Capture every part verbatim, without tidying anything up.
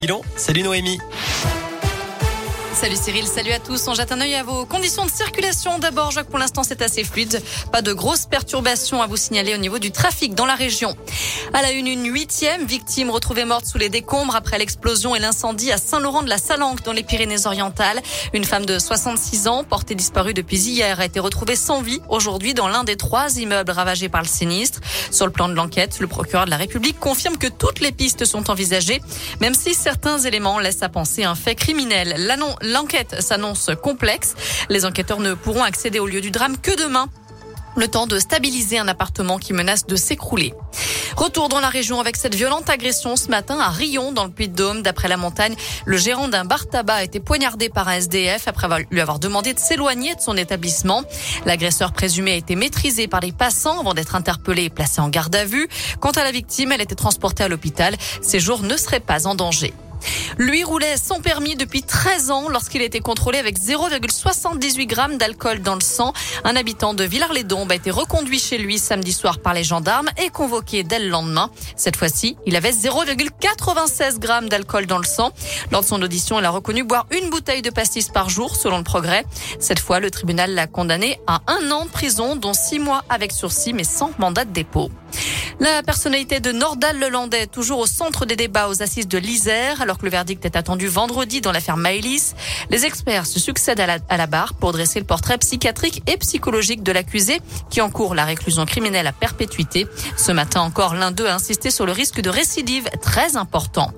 Bilan, salut Noémie. Salut Cyril, salut à tous. On jette un œil à vos conditions de circulation. D'abord, Jacques, pour l'instant, c'est assez fluide. Pas de grosses perturbations à vous signaler au niveau du trafic dans la région. À la une, une huitième victime retrouvée morte sous les décombres après l'explosion et l'incendie à Saint-Laurent-de-la-Salanque dans les Pyrénées-Orientales. Une femme de soixante-six ans, portée disparue depuis hier, a été retrouvée sans vie aujourd'hui dans l'un des trois immeubles ravagés par le sinistre. Sur le plan de l'enquête, le procureur de la République confirme que toutes les pistes sont envisagées, même si certains éléments laissent à penser un fait criminel. L'annonce L'enquête s'annonce complexe. Les enquêteurs ne pourront accéder au lieu du drame que demain. Le temps de stabiliser un appartement qui menace de s'écrouler. Retour dans la région avec cette violente agression ce matin à Riom, dans le Puy-de-Dôme. D'après La Montagne, le gérant d'un bar tabac a été poignardé par un S D F après lui avoir demandé de s'éloigner de son établissement. L'agresseur présumé a été maîtrisé par les passants avant d'être interpellé et placé en garde à vue. Quant à la victime, elle était transportée à l'hôpital. Ses jours ne seraient pas en danger. Lui roulait sans permis depuis treize ans lorsqu'il a été contrôlé avec zéro virgule soixante-dix-huit grammes d'alcool dans le sang. Un habitant de Villars-les-Dombes a été reconduit chez lui samedi soir par les gendarmes et convoqué dès le lendemain. Cette fois-ci, il avait zéro virgule quatre-vingt-seize grammes d'alcool dans le sang. Lors de son audition, il a reconnu boire une bouteille de pastis par jour, selon le Progrès. Cette fois, le tribunal l'a condamné à un an de prison, dont six mois avec sursis, mais sans mandat de dépôt. La personnalité de Nordal-Lelandais, toujours au centre des débats aux assises de l'Isère, alors que le verdict est attendu vendredi dans l'affaire Maëlys. Les experts se succèdent à la, à la barre pour dresser le portrait psychiatrique et psychologique de l'accusé, qui encourt la réclusion criminelle à perpétuité. Ce matin encore, l'un d'eux a insisté sur le risque de récidive très important.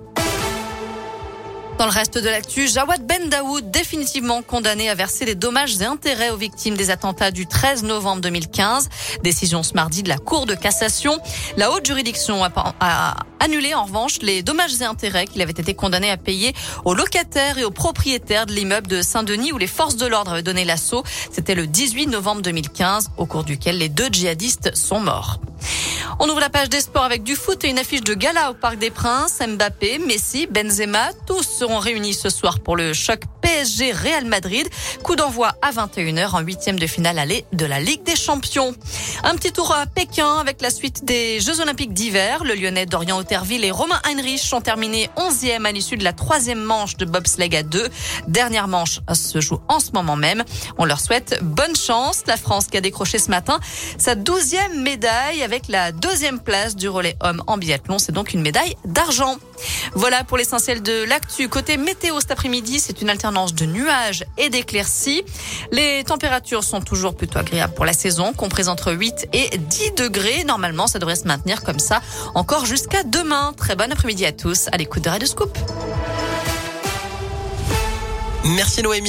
Dans le reste de l'actu, Jawad Ben Daoud, définitivement condamné à verser des dommages et intérêts aux victimes des attentats du treize novembre deux mille quinze. Décision ce mardi de la Cour de cassation. La haute juridiction a, a annulé en revanche les dommages et intérêts qu'il avait été condamné à payer aux locataires et aux propriétaires de l'immeuble de Saint-Denis où les forces de l'ordre avaient donné l'assaut. C'était le dix-huit novembre deux mille quinze, au cours duquel les deux djihadistes sont morts. On ouvre la page des sports avec du foot et une affiche de gala au Parc des Princes. Mbappé, Messi, Benzema, tous seront réunis ce soir pour le choc P S G Real Madrid. Coup d'envoi à vingt et une heures en huitième de finale aller de la Ligue des Champions. Un petit tour à Pékin avec la suite des Jeux Olympiques d'hiver. Le Lyonnais Dorian Hauterville et Romain Heinrich ont terminé onzième à l'issue de la troisième manche de bobsleigh à deux. Dernière manche se joue en ce moment même. On leur souhaite bonne chance. La France qui a décroché ce matin sa douzième médaille avec la deuxième place du relais homme en biathlon. C'est donc une médaille d'argent. Voilà pour l'essentiel de l'actu. Côté météo cet après-midi, c'est une alternance de nuages et d'éclaircies. Les températures sont toujours plutôt agréables pour la saison, comprises entre huit et dix degrés. Normalement, ça devrait se maintenir comme ça encore jusqu'à demain. Très bon après-midi à tous à l'écoute de Radio Scoop. Merci Noémie.